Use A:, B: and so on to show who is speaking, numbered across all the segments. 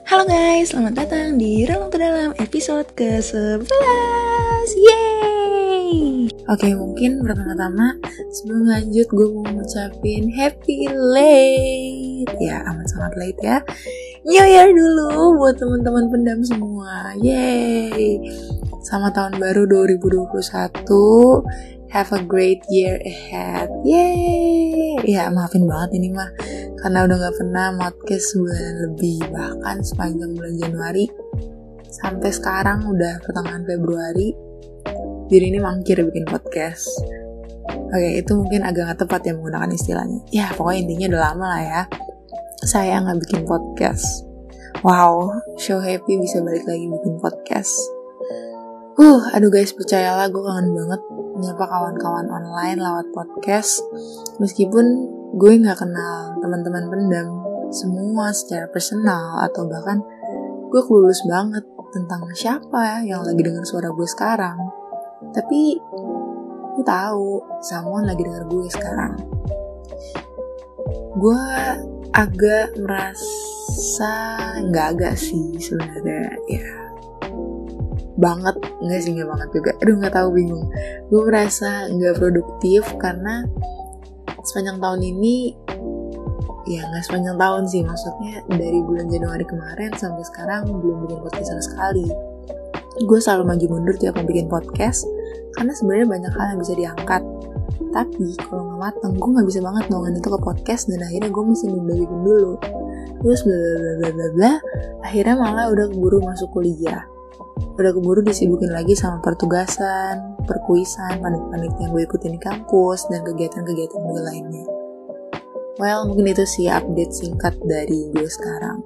A: Halo guys, selamat datang di Relung Terdalam episode ke-11. Yeay! Oke, mungkin pertama-tama sebelum lanjut gue mau ngucapin happy late. Ya, amat sangat late ya. New Year dulu buat teman-teman pendam semua. Yeay! Selamat tahun baru 2021. Have a great year ahead. Yeay! Ya, maafin banget ini mah karena udah gak pernah podcast sebulan lebih, bahkan sepanjang bulan Januari sampai sekarang udah pertengahan Februari, jadi ini mangkir bikin podcast. Oke, itu mungkin agak gak tepat ya menggunakan istilahnya. Ya, pokoknya intinya udah lama lah ya saya gak bikin podcast. Wow, so happy bisa balik lagi bikin podcast. Aduh guys, percayalah gue kangen banget nyapa kawan-kawan online lewat podcast. Meskipun gue gak kenal teman-teman pendam semua secara personal, atau bahkan gue clueless banget tentang siapa yang lagi dengar suara gue sekarang. Tapi gue tahu someone lagi dengar gue sekarang. Gue agak merasa, nggak agak sih sebenarnya ya. Banget, enggak sih, enggak banget juga. Aduh, nggak tahu, bingung. Gue merasa nggak produktif karena sepanjang tahun ini, ya nggak sepanjang tahun sih, maksudnya dari bulan Januari kemarin sampai sekarang belum bikin podcast sama sekali. Gue selalu maju mundur tiap mau bikin podcast karena sebenarnya banyak hal yang bisa diangkat. Tapi kalau nggak mateng, gue nggak bisa banget nuangin itu ke podcast, dan akhirnya gue mesti nunda bikin dulu. Terus bla bla bla bla bla, akhirnya malah udah keburu masuk kuliah. Udah keburu disibukin lagi sama pertugasan, perkuisan, panik-panik yang gue ikutin di kampus, dan kegiatan-kegiatan gue lainnya. Well, mungkin itu sih update singkat dari gue sekarang.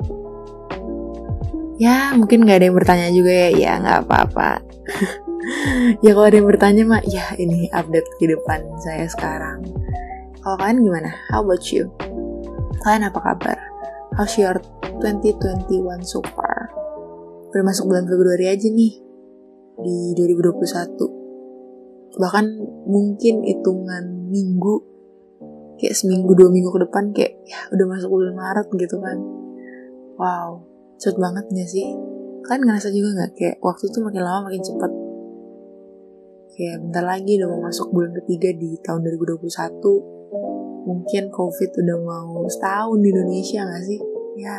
A: Ya, mungkin gak ada yang bertanya juga ya gak apa-apa. Ya kalau ada yang bertanya mah, ya ini update kehidupan saya sekarang. Kalau kalian gimana? How about you? Kalian apa kabar? How's your 2021 so far? Udah masuk bulan Februari aja nih, di 2021. Bahkan mungkin hitungan minggu, kayak seminggu 2 minggu ke depan, kayak ya udah masuk bulan Maret gitu kan. Wow, cepet banget gak sih? Kalian ngerasa juga gak kayak waktu tuh makin lama makin cepet? Kayak bentar lagi udah mau masuk bulan ketiga di tahun 2021. Mungkin COVID udah mau setahun di Indonesia gak sih? Ya,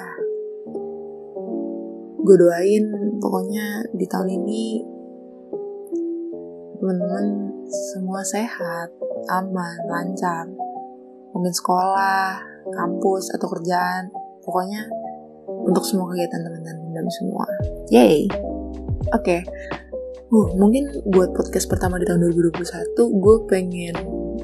A: gue doain pokoknya di tahun ini teman-teman semua sehat, aman, lancar. Mungkin sekolah, kampus, atau kerjaan. Pokoknya untuk semua kegiatan teman-teman semua. Yay! Oke. Mungkin buat podcast pertama di tahun 2021, gue pengen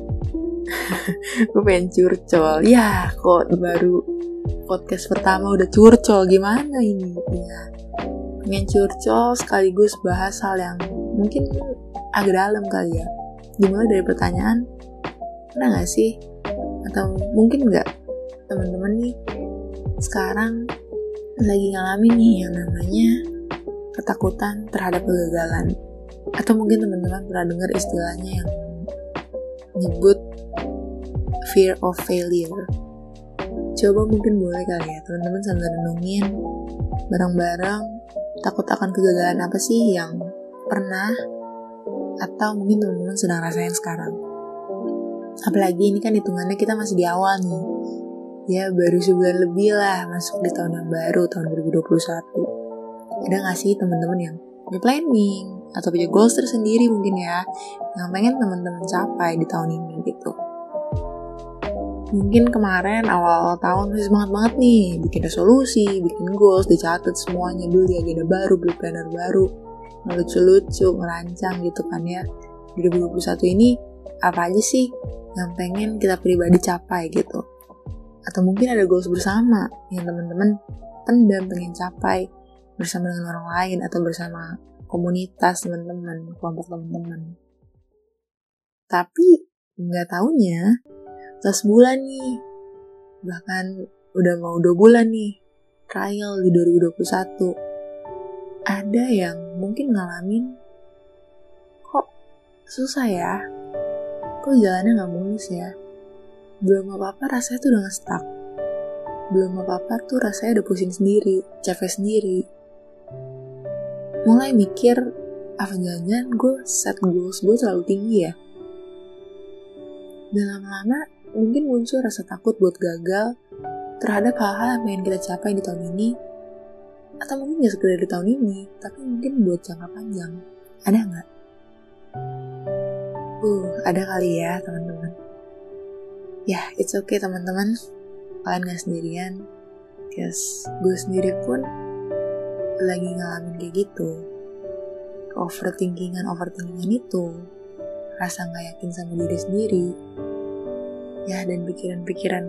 A: curcol. Ya, kok baru podcast pertama udah curcol, gimana ini? Ya, pengen curcol sekaligus bahas hal yang mungkin agak dalam kali ya. Dimulai dari pertanyaan, pernah gak sih? Atau mungkin gak teman-teman nih sekarang lagi ngalamin nih yang namanya ketakutan terhadap kegagalan? Atau mungkin teman-teman pernah dengar istilahnya yang nyebut fear of failure. Coba mungkin boleh kali ya teman-teman sambil renungin bareng-bareng, takut akan kegagalan apa sih yang pernah atau mungkin teman-teman sedang rasain sekarang. Apalagi ini kan hitungannya kita masih di awal nih. Ya baru sebulan lebih lah masuk di tahun yang baru, tahun 2021. Ada gak sih teman-teman yang punya planning atau punya goals tersendiri mungkin ya, yang pengen teman-teman capai di tahun ini gitu. Mungkin kemarin awal tahun masih semangat banget nih, bikin resolusi, bikin goals, dicatat semuanya, beli agenda baru, beli planner baru, ngelucu-lucu, ngerancang gitu kan ya. Di 2021 ini apa aja sih yang pengen kita pribadi capai gitu. Atau mungkin ada goals bersama yang teman-teman pendam pengen capai bersama dengan orang lain atau bersama komunitas teman-teman, kelompok teman-teman. Tapi nggak taunya setelah sebulan nih, bahkan udah mau 2 bulan nih trial di 2021, ada yang mungkin ngalamin kok susah ya, kok jalannya gak mulus ya, belum apa-apa rasanya tuh udah nge-stuck. belum apa-apa tuh rasanya udah pusing sendiri, capek sendiri. Mulai mikir, apa jangan gue set goals gue terlalu tinggi ya? Dan lama-lama mungkin muncul rasa takut buat gagal terhadap hal-hal yang pengen kita capai di tahun ini, atau mungkin gak sekedar di tahun ini, tapi mungkin buat jangka panjang. Ada nggak? Ada kali ya teman-teman. Ya, it's okay teman-teman. Kalian gak sendirian. Cause gue sendiri pun lagi ngalamin kayak gitu. Overthinkingan itu, rasa gak yakin sama diri sendiri. Ya, dan pikiran-pikiran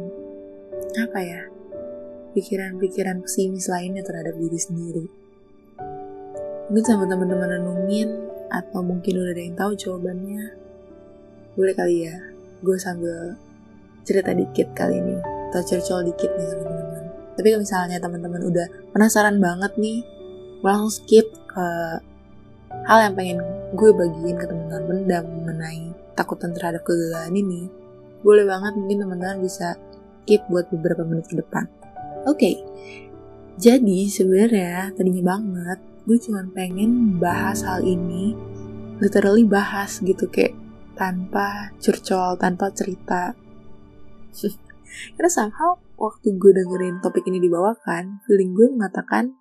A: pikiran-pikiran pesimis lainnya terhadap diri sendiri. Mungkin sama teman-teman renungin, atau mungkin udah ada yang tahu jawabannya. Boleh kali ya, gue sambil cerita dikit kali ini, atau cercol dikit nih sama teman-teman. Tapi kalau misalnya teman-teman udah penasaran banget nih, langsung skip ke hal yang pengen gue bagiin ke teman-teman pendam mengenai takutan terhadap kegagalan ini. Boleh banget, mungkin teman-teman bisa skip buat beberapa menit ke depan. Oke. Jadi sebenarnya tadinya banget gue cuma pengen bahas hal ini, literally bahas gitu, kayak tanpa curcol, tanpa cerita. Karena somehow waktu gue dengerin topik ini dibawakan, feeling gue mengatakan,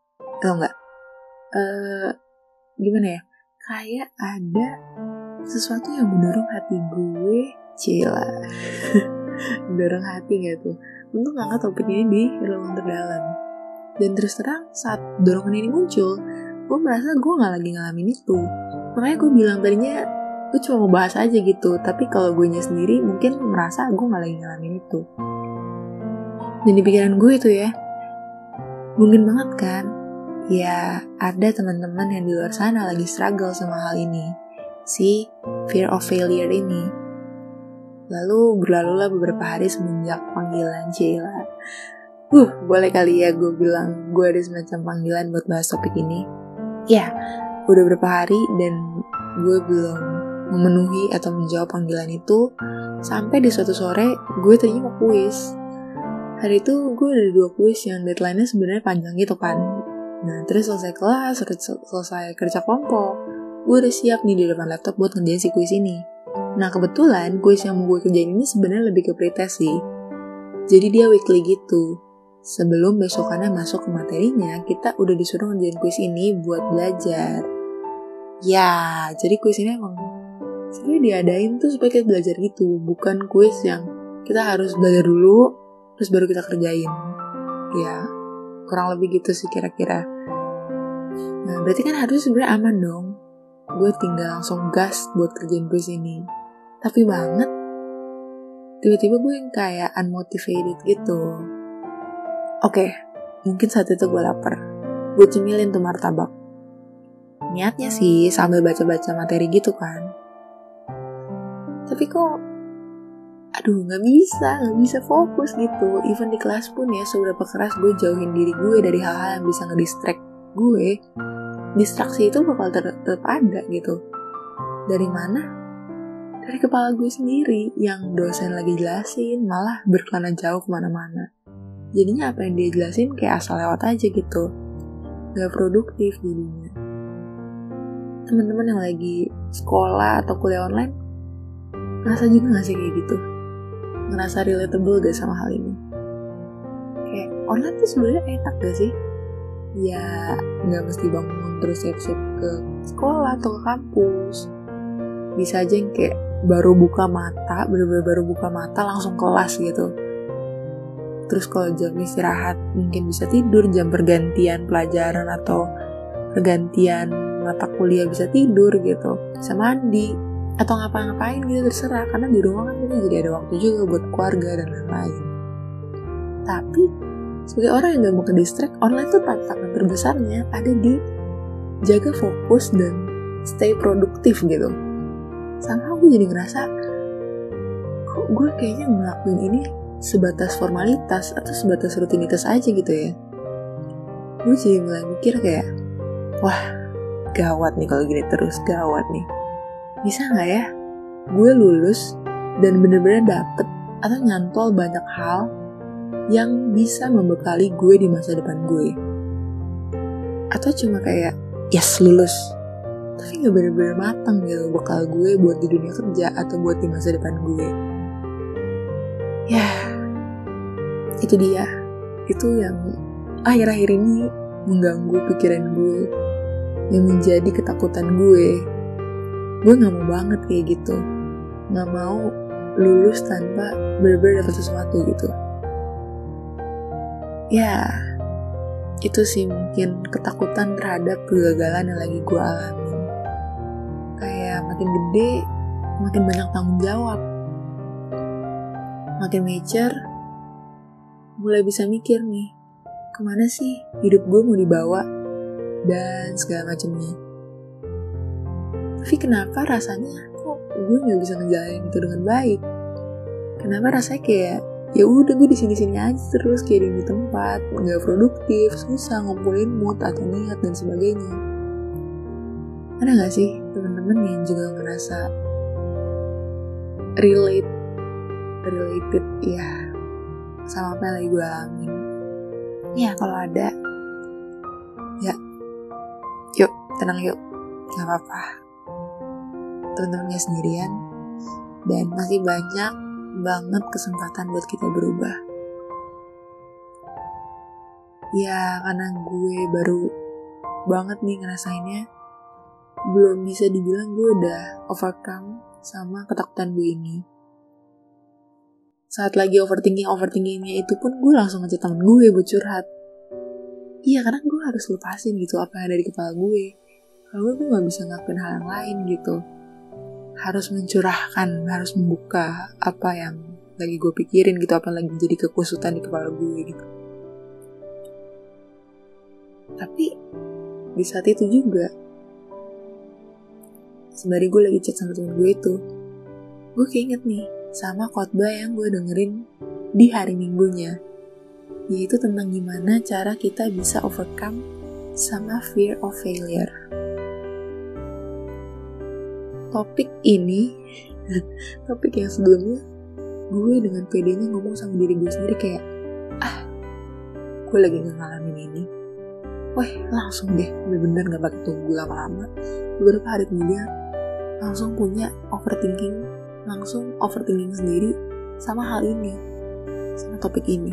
A: gimana ya, kayak ada sesuatu yang mendorong hati gue, mendorong hati gak tuh, untuk ngangkat topik ini di relung terdalam. Dan terus terang, saat dorongan ini muncul, gue merasa gue gak lagi ngalamin itu. Makanya gue bilang tadinya gue cuma mau bahas aja gitu, tapi kalau gue nya sendiri mungkin merasa gue gak lagi ngalamin itu. Dan di pikiran gue itu ya, mungkin banget kan, ya ada teman-teman yang di luar sana lagi struggle sama hal ini, si fear of failure ini. Lalu berlalulah beberapa hari semenjak panggilan Sheila. Boleh kali ya gue bilang gue ada semacam panggilan buat bahas topik ini. Ya, udah beberapa hari dan gue belum memenuhi atau menjawab panggilan itu, sampai di suatu sore gue tadinya mau kuis. Hari itu gue ada 2 kuis yang deadline-nya sebenarnya panjang gitu kan. Nah, terus selesai kelas, selesai kerja kelompok, gue udah siap nih di depan laptop buat ngerjain si kuis ini. Nah, kebetulan kuis yang mau gue kerjain ini sebenarnya lebih ke pretest sih. Jadi dia weekly gitu. Sebelum besokannya masuk ke materinya, kita udah disuruh ngerjain kuis ini buat belajar. Ya, jadi kuis ini emang sebenarnya diadain tuh supaya kita belajar gitu, bukan kuis yang kita harus belajar dulu terus baru kita kerjain. Ya, kurang lebih gitu sih kira-kira. Nah, berarti kan harus sebenarnya aman dong. Gue tinggal langsung gas buat kerjain kuis ini. Tapi banget, tiba-tiba gue yang kayak unmotivated gitu. Oke, mungkin saat itu gue lapar. Gue cemilin tuh martabak. Niatnya sih sambil baca-baca materi gitu kan. Tapi kok, gak bisa fokus gitu. Even di kelas pun ya, seberapa keras gue jauhin diri gue dari hal-hal yang bisa ngedistract gue, distraksi itu bakal tetap ada gitu. Dari mana? Dari kepala gue sendiri, yang dosen lagi jelasin malah berkelana jauh kemana-mana. Jadinya apa yang dia jelasin kayak asal lewat aja gitu, gak produktif jadinya. Teman-teman yang lagi sekolah atau kuliah online, ngerasa juga gak sih kayak gitu? Ngerasa relatable gak sama hal ini? Kayak online tuh sebenarnya enak gak sih? Ya gak mesti bangun terus siap-siap ke sekolah atau ke kampus. Bisa aja yang kayak baru buka mata, bener-bener baru buka mata langsung kelas gitu. Terus kalau jam istirahat mungkin bisa tidur, jam pergantian pelajaran atau pergantian mata kuliah bisa tidur gitu, bisa mandi atau ngapa-ngapain gitu, terserah. Karena di rumah kan kita jadi ada waktu juga buat keluarga dan lain-lain. Tapi sebagai orang yang gak mau ke distract, online tuh tantangan terbesarnya ada di jaga fokus dan stay produktif gitu. Sama gue jadi ngerasa, kok gue kayaknya ngelakuin ini sebatas formalitas atau sebatas rutinitas aja gitu ya. Gue jadi mulai mikir kayak, wah gawat nih kalau gini terus, gawat nih. Bisa gak ya gue lulus dan bener-bener dapet atau nyantol banyak hal yang bisa membekali gue di masa depan gue. Atau cuma kayak, yes lulus, tapi gak bener-bener matang gitu bekal gue buat di dunia kerja atau buat di masa depan gue. Ya, itu dia. Itu yang akhir-akhir ini mengganggu pikiran gue, yang menjadi ketakutan gue. Gue gak mau banget kayak gitu. Gak mau lulus tanpa bener-bener dapat sesuatu gitu. Ya, itu sih mungkin ketakutan terhadap kegagalan yang lagi gue alami. Kayak makin gede, makin banyak tanggung jawab. Makin mature, mulai bisa mikir nih, kemana sih hidup gue mau dibawa, dan segala macamnya. Tapi kenapa rasanya kok gue gak bisa ngejalanin itu dengan baik? Kenapa rasanya kayak ya udah gue di sini aja terus kayak di tempat, nggak produktif, susah ngumpulin mood atau niat dan sebagainya. Ada nggak sih teman-teman yang juga ngerasa related ya sama apa yang lagi gue alamin? Ya kalau ada, ya yuk tenang yuk, nggak apa-apa. Teman-teman gak sendirian dan masih banyak banget kesempatan buat kita berubah. Ya karena gue baru banget nih ngerasainnya, belum bisa dibilang gue udah overcome sama ketakutan gue ini. Saat lagi overthinkingnya itu pun gue langsung ngechat temen gue buat curhat. Iya karena gue harus lepasin gitu apa yang ada di kepala gue. Kalau gue gak bisa ngelakuin hal yang lain gitu. Harus mencurahkan, harus membuka apa yang lagi gue pikirin gitu, apa yang lagi jadi kekusutan di kepala gue gitu. Tapi di saat itu juga, sembari gue lagi chat sama temen gue itu, gue keinget nih sama khotbah yang gue dengerin di hari Minggunya, yaitu tentang gimana cara kita bisa overcome sama fear of failure. Topik ini, topik yang sebelumnya gue dengan pedenya ngomong sama diri gue sendiri kayak, gue lagi ngalamin ini. Wah langsung deh, bener-bener gak pakai tunggu lama-lama. Beberapa hari kemudian langsung punya overthinking sendiri sama hal ini, sama topik ini.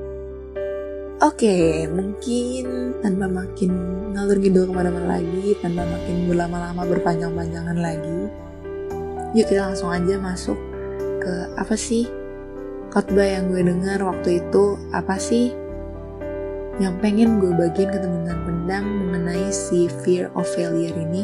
A: Oke, mungkin tanpa makin ngalur ngidul kemana-mana lagi, tanpa makin berlama-lama berpanjang-panjangan lagi, yuk kita langsung aja masuk ke apa sih khotbah yang gue dengar waktu itu, apa sih yang pengen gue bagiin ke teman-teman pendam mengenai si fear of failure ini.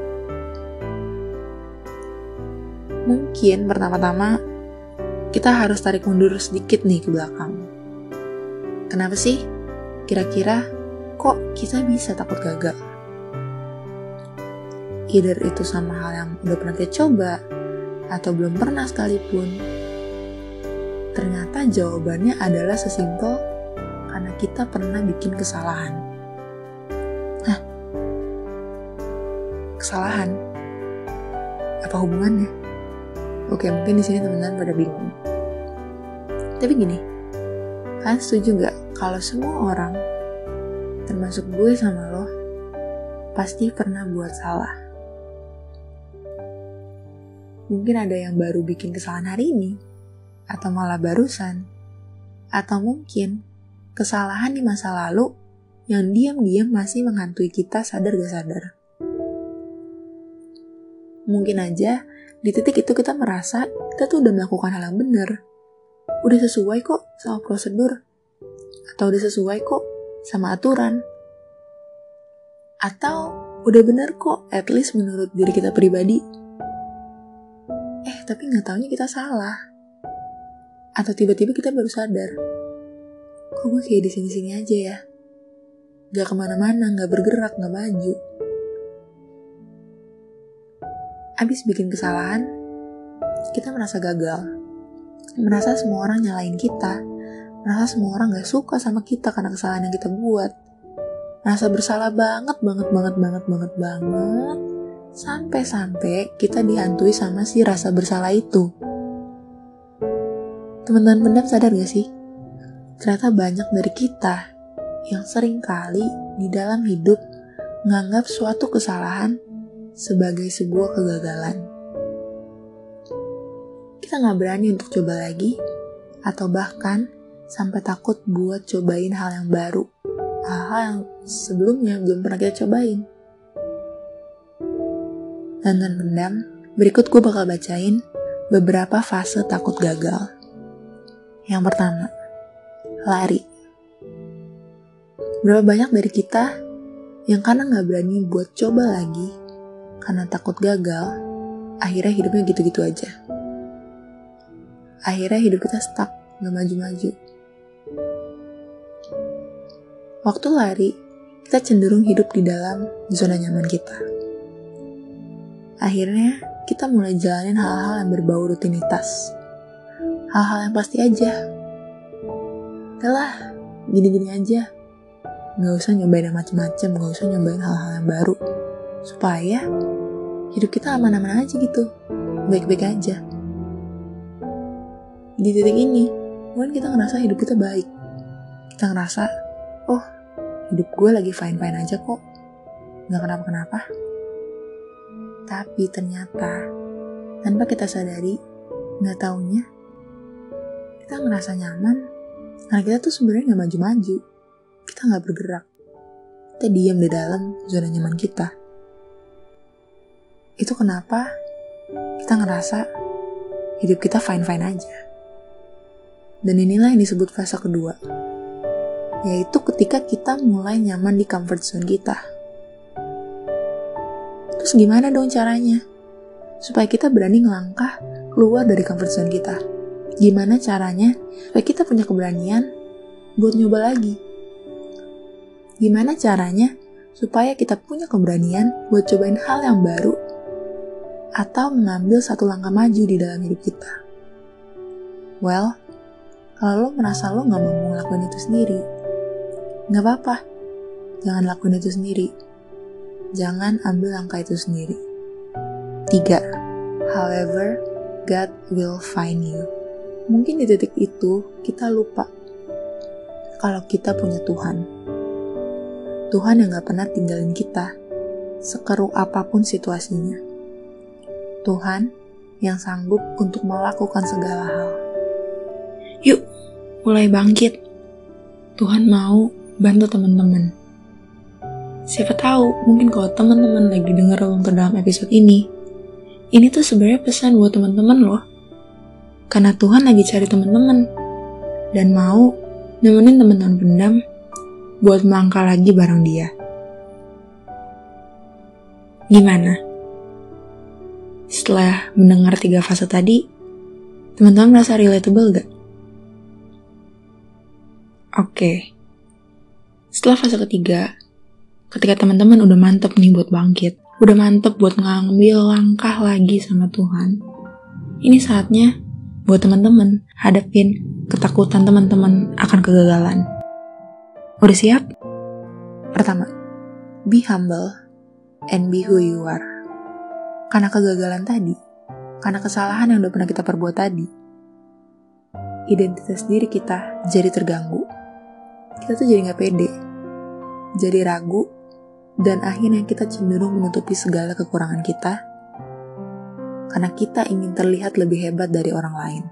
A: Mungkin pertama-tama kita harus tarik mundur sedikit nih ke belakang. Kenapa sih kira-kira kok kita bisa takut gagal? Either itu sama hal yang udah pernah kita coba atau belum pernah sekalipun. Ternyata jawabannya adalah sesimpel karena kita pernah bikin kesalahan. Nah, kesalahan apa hubungannya? Oke, mungkin di sini teman-teman pada bingung. Tapi gini, kalian setuju gak kalau semua orang, termasuk gue sama lo, pasti pernah buat salah? Mungkin ada yang baru bikin kesalahan hari ini, atau malah barusan, atau mungkin kesalahan di masa lalu yang diam-diam masih menghantui kita sadar gak sadar. Mungkin aja di titik itu kita merasa kita tuh udah melakukan hal yang benar, udah sesuai kok sama prosedur, atau udah sesuai kok sama aturan, atau udah bener kok at least menurut diri kita pribadi. Tapi gak taunya kita salah, atau tiba-tiba kita baru sadar, kok gue kayak di sini-sini aja ya, gak kemana-mana, gak bergerak, gak maju. Abis bikin kesalahan, kita merasa gagal, merasa semua orang nyalain kita, merasa semua orang gak suka sama kita karena kesalahan yang kita buat. Merasa bersalah banget, sampai-sampai kita dihantui sama si rasa bersalah itu. Teman-teman pendam sadar gak sih? ternyata banyak dari kita yang sering kali di dalam hidup menganggap suatu kesalahan sebagai sebuah kegagalan. Kita gak berani untuk coba lagi, atau bahkan sampai takut buat cobain hal yang baru, hal-hal yang sebelumnya belum pernah kita cobain. Dan pendam, berikut gue bakal bacain beberapa fase takut gagal. Yang pertama, lari. Berapa banyak dari kita yang karena gak berani buat coba lagi, karena takut gagal, akhirnya hidupnya gitu-gitu aja. Akhirnya hidup kita stuck, gak maju-maju. Waktu lari, kita cenderung hidup di dalam zona nyaman kita. Akhirnya, kita mulai jalanin hal-hal yang berbau rutinitas. Hal-hal yang pasti aja. Udahlah, gini-gini aja. Gak usah nyobain yang macem-macem, gak usah nyobain hal-hal yang baru. Supaya hidup kita aman-aman aja gitu. Baik-baik aja. Di titik ini, mungkin kita ngerasa hidup kita baik. Kita ngerasa, oh, hidup gue lagi fine-fine aja kok. Gak kenapa-kenapa. Tapi ternyata, tanpa kita sadari, gak taunya, kita ngerasa nyaman, karena kita tuh sebenarnya gak maju-maju. Kita gak bergerak. Kita diam di dalam zona nyaman kita. Itu kenapa kita ngerasa hidup kita fine-fine aja. Dan inilah yang disebut fase kedua, yaitu ketika kita mulai nyaman di comfort zone kita. Terus gimana dong caranya? Supaya kita berani ngelangkah keluar dari comfort zone kita. Gimana caranya supaya kita punya keberanian buat nyoba lagi? Gimana caranya supaya kita punya keberanian buat cobain hal yang baru atau mengambil satu langkah maju di dalam hidup kita? Well, kalau lo merasa lo gak mau ngelakuin itu sendiri, gak apa-apa. Jangan lakuin itu sendiri. Jangan ambil langkah itu sendiri. 3. However, God will find you. Mungkin di titik itu kita lupa kalau kita punya Tuhan. Tuhan yang gak pernah tinggalin kita, sekeruh apapun situasinya. Tuhan yang sanggup untuk melakukan segala hal. Yuk, mulai bangkit. Tuhan mau bantu teman-teman. Siapa tahu, mungkin kalau teman-teman lagi denger Relung Terdalam episode ini tuh sebenarnya pesan buat teman-teman loh. Karena Tuhan lagi cari teman-teman dan mau nemenin teman-teman pendam buat melangkah lagi bareng Dia. Gimana? Setelah mendengar 3 fase tadi, teman-teman merasa relatable gak? Oke. Setelah fase ketiga, ketika teman-teman udah mantep nih buat bangkit, udah mantep buat ngambil langkah lagi sama Tuhan, ini saatnya buat teman-teman hadapin ketakutan teman-teman akan kegagalan. Udah siap? Pertama, be humble and be who you are. Karena kegagalan tadi, karena kesalahan yang udah pernah kita perbuat tadi, identitas diri kita jadi terganggu. Kita tuh jadi gak pede, jadi ragu, dan akhirnya kita cenderung menutupi segala kekurangan kita karena kita ingin terlihat lebih hebat dari orang lain.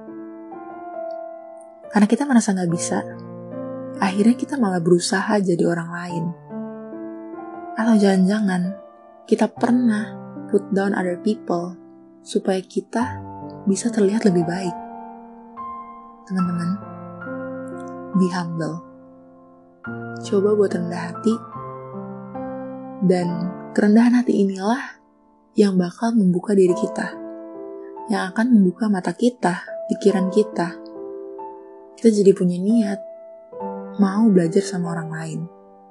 A: Karena kita merasa gak bisa, akhirnya kita malah berusaha jadi orang lain. Atau jangan-jangan kita pernah put down other people supaya kita bisa terlihat lebih baik. Teman-teman, be humble. Coba buat rendah hati, dan kerendahan hati inilah yang bakal membuka diri kita, yang akan membuka mata kita, pikiran kita. Kita jadi punya niat, mau belajar sama orang lain.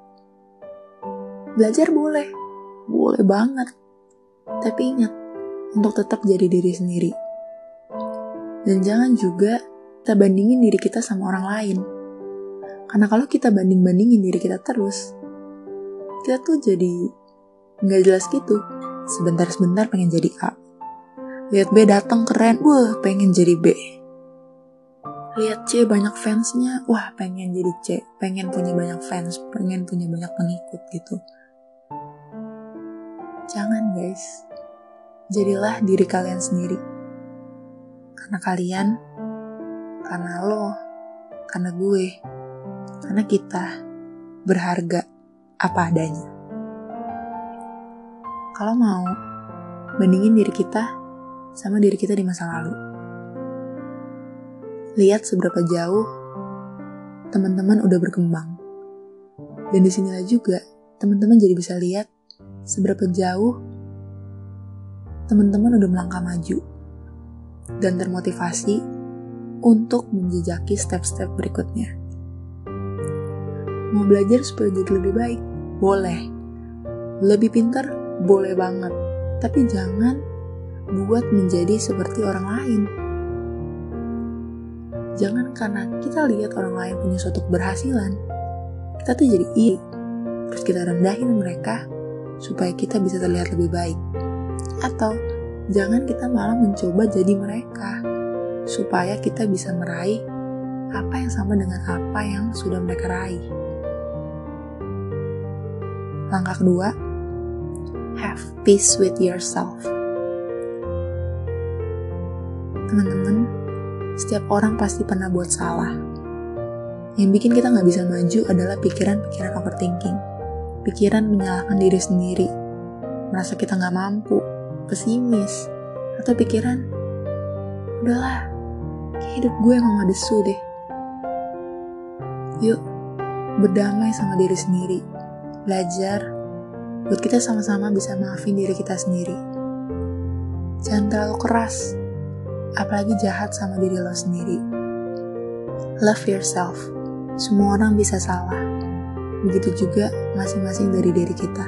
A: Belajar boleh banget. Tapi ingat, untuk tetap jadi diri sendiri. Dan jangan juga kita bandingin diri kita sama orang lain. Karena kalau kita banding-bandingin diri kita terus, kita tuh jadi gak jelas gitu. Sebentar-sebentar pengen jadi A. Lihat B datang keren, pengen jadi B. Lihat C banyak fansnya, wah pengen jadi C, pengen punya banyak fans, pengen punya banyak pengikut gitu. Jangan guys, jadilah diri kalian sendiri. Karena kalian, karena lo, karena gue, karena kita berharga apa adanya. Kalau mau, bandingin diri kita sama diri kita di masa lalu. Lihat seberapa jauh teman-teman udah berkembang. Dan disinilah juga teman-teman jadi bisa lihat seberapa jauh teman-teman udah melangkah maju dan termotivasi untuk menjejaki step-step berikutnya. Mau belajar supaya jadi lebih baik? Boleh. Lebih pintar? Boleh banget. Tapi jangan buat menjadi seperti orang lain. Jangan karena kita lihat orang lain punya suatu keberhasilan, kita tuh jadi iri. Terus kita rendahin mereka supaya kita bisa terlihat lebih baik. Atau jangan kita malah mencoba jadi mereka supaya kita bisa meraih apa yang sama dengan apa yang sudah mereka raih. Langkah kedua, have peace with yourself. Teman-teman, setiap orang pasti pernah buat salah. Yang bikin kita gak bisa maju adalah pikiran-pikiran overthinking. Pikiran menyalahkan diri sendiri, merasa kita gak mampu, pesimis, atau pikiran, udahlah, kayak hidup gue emang madesu deh. Yuk, berdamai sama diri sendiri. Belajar, buat kita sama-sama bisa maafin diri kita sendiri. Jangan terlalu keras, apalagi jahat sama diri lo sendiri. Love yourself. Semua orang bisa salah. Begitu juga masing-masing dari diri kita.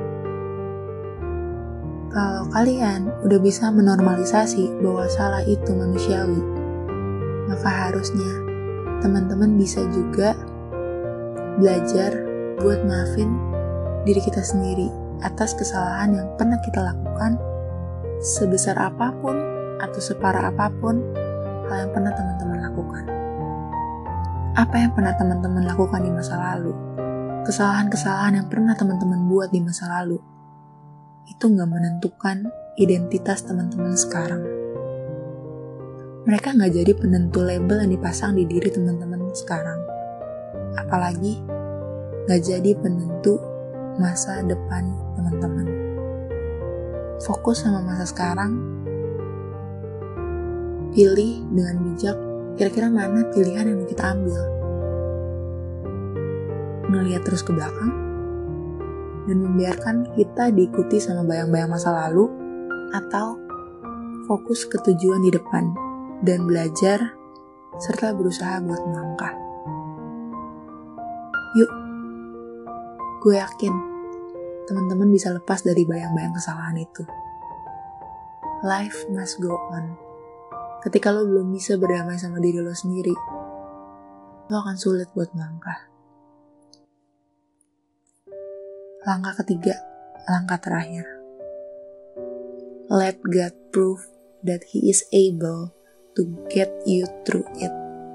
A: Kalau kalian udah bisa menormalisasi bahwa salah itu manusiawi, maka harusnya teman-teman bisa juga belajar buat maafin diri kita sendiri atas kesalahan yang pernah kita lakukan, sebesar apapun atau separah apapun hal yang pernah teman-teman lakukan. Apa yang pernah teman-teman lakukan di masa lalu, kesalahan-kesalahan yang pernah teman-teman buat di masa lalu, itu gak menentukan identitas teman-teman sekarang. Mereka gak jadi penentu label yang dipasang di diri teman-teman sekarang. Apalagi gak jadi penentu masa depan teman-teman. Fokus sama masa sekarang. Pilih dengan bijak kira-kira mana pilihan yang mau kita ambil. Ngelihat terus ke belakang dan membiarkan kita diikuti sama bayang-bayang masa lalu, atau fokus ke tujuan di depan dan belajar serta berusaha buat melangkah. Yuk, gue yakin teman-teman bisa lepas dari bayang-bayang kesalahan itu. Life must go on. Ketika lo belum bisa berdamai sama diri lo sendiri, lo akan sulit buat melangkah. Langkah ketiga, langkah terakhir. Let God prove that He is able to get you through it.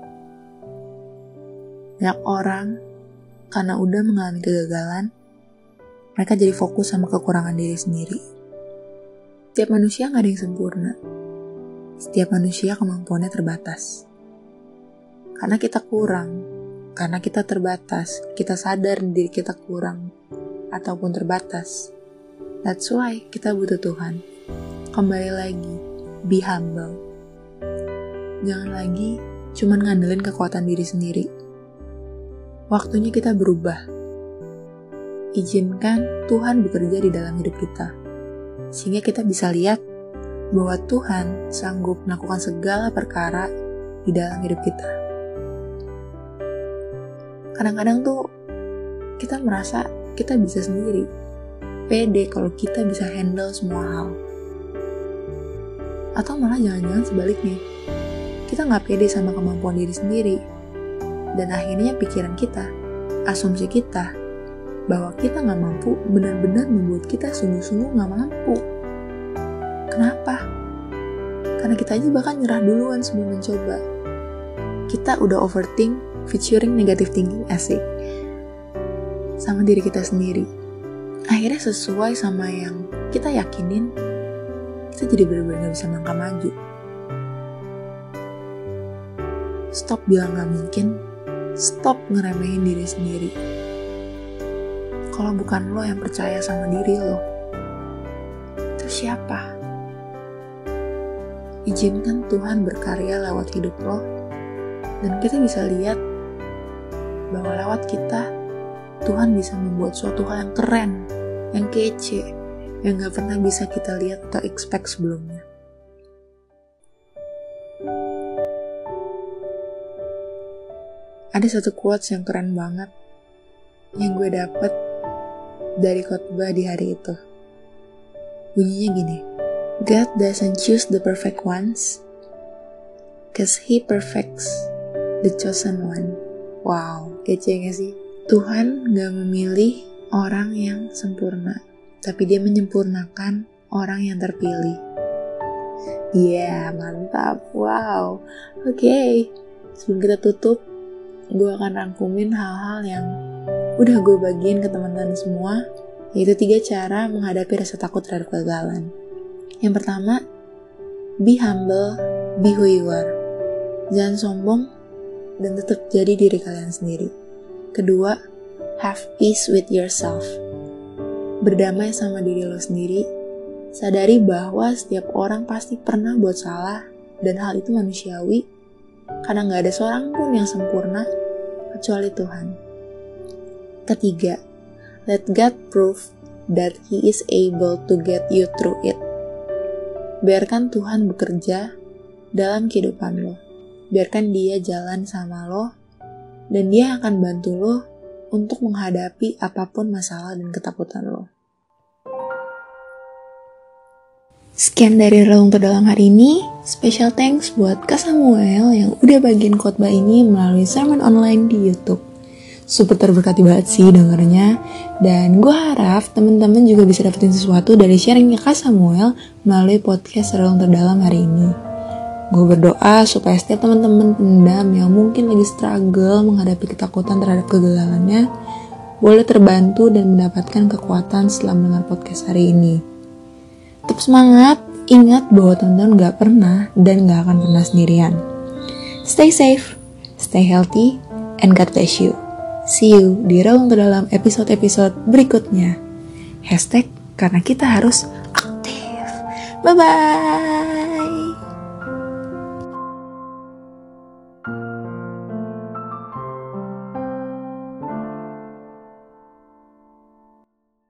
A: Banyak orang, karena udah mengalami kegagalan, mereka jadi fokus sama kekurangan diri sendiri. Setiap manusia gak ada yang sempurna. Setiap manusia kemampuannya terbatas. Karena kita kurang, karena kita terbatas, kita sadar diri kita kurang ataupun terbatas. That's why kita butuh Tuhan. Kembali lagi, be humble. Jangan lagi cuman ngandelin kekuatan diri sendiri. Waktunya kita berubah. Izinkan Tuhan bekerja di dalam hidup kita, sehingga kita bisa lihat bahwa Tuhan sanggup melakukan segala perkara di dalam hidup kita. Kadang-kadang tuh kita merasa kita bisa sendiri, pede kalau kita bisa handle semua hal. Atau malah jangan-jangan sebaliknya, kita gak pede sama kemampuan diri sendiri, dan akhirnya pikiran kita, asumsi kita bahwa kita gak mampu benar-benar membuat kita sungguh-sungguh gak mampu. Kenapa? Karena kita aja bahkan nyerah duluan sebelum mencoba. kita udah overthink featuring negative thinking asik sama diri kita sendiri. Akhirnya sesuai sama yang kita yakinin, kita jadi benar-benar gak bisa melangkah maju. Stop bilang gak mungkin, stop ngeremehin diri sendiri. Kalau bukan lo yang percaya sama diri lo, terus siapa? Izinkan Tuhan berkarya lewat hidup lo, dan kita bisa lihat bahwa lewat kita, Tuhan bisa membuat suatu hal yang keren, yang kece, yang gak pernah bisa kita lihat atau expect sebelumnya. Ada satu quotes yang keren banget yang gue dapet dari khotbah di hari itu. Bunyinya gini, God doesn't choose the perfect ones, 'cause He perfects the chosen one. Wow, kece gak sih? Tuhan gak memilih orang yang sempurna, tapi Dia menyempurnakan orang yang terpilih. Yeah, mantap. Wow. Oke. Sebelum kita tutup, gue akan rangkumin hal-hal yang udah gue bagiin ke teman-teman semua, yaitu 3 cara menghadapi rasa takut terhadap kegagalan. Yang pertama, be humble, be who you are. Jangan sombong dan tetap jadi diri kalian sendiri. Kedua, have peace with yourself. Berdamai sama diri lo sendiri. Sadari bahwa setiap orang pasti pernah buat salah, dan hal itu manusiawi, karena gak ada seorang pun yang sempurna kecuali Tuhan. Ketiga, let God prove that He is able to get you through it. Biarkan Tuhan bekerja dalam kehidupan lo. Biarkan Dia jalan sama lo, dan Dia akan bantu lo untuk menghadapi apapun masalah dan ketakutan lo. Sekian dari Relung Terdalam hari ini. Special thanks buat Kak Samuel yang udah bagiin khotbah ini melalui sermon online di YouTube. Super terberkati banget sih dengernya. Dan gue harap teman-teman juga bisa dapetin sesuatu dari sharingnya Kak Samuel melalui podcast Relung Terdalam hari ini. Gue berdoa supaya setiap teman-teman pendam yang mungkin lagi struggle menghadapi ketakutan terhadap kegagalannya boleh terbantu dan mendapatkan kekuatan setelah mendengar podcast hari ini. Tetap semangat, ingat bahwa teman-teman gak pernah dan gak akan pernah sendirian. Stay safe, stay healthy, and God bless you. See you di Relung Terdalam episode-episode berikutnya. #karena kita harus aktif. Bye-bye.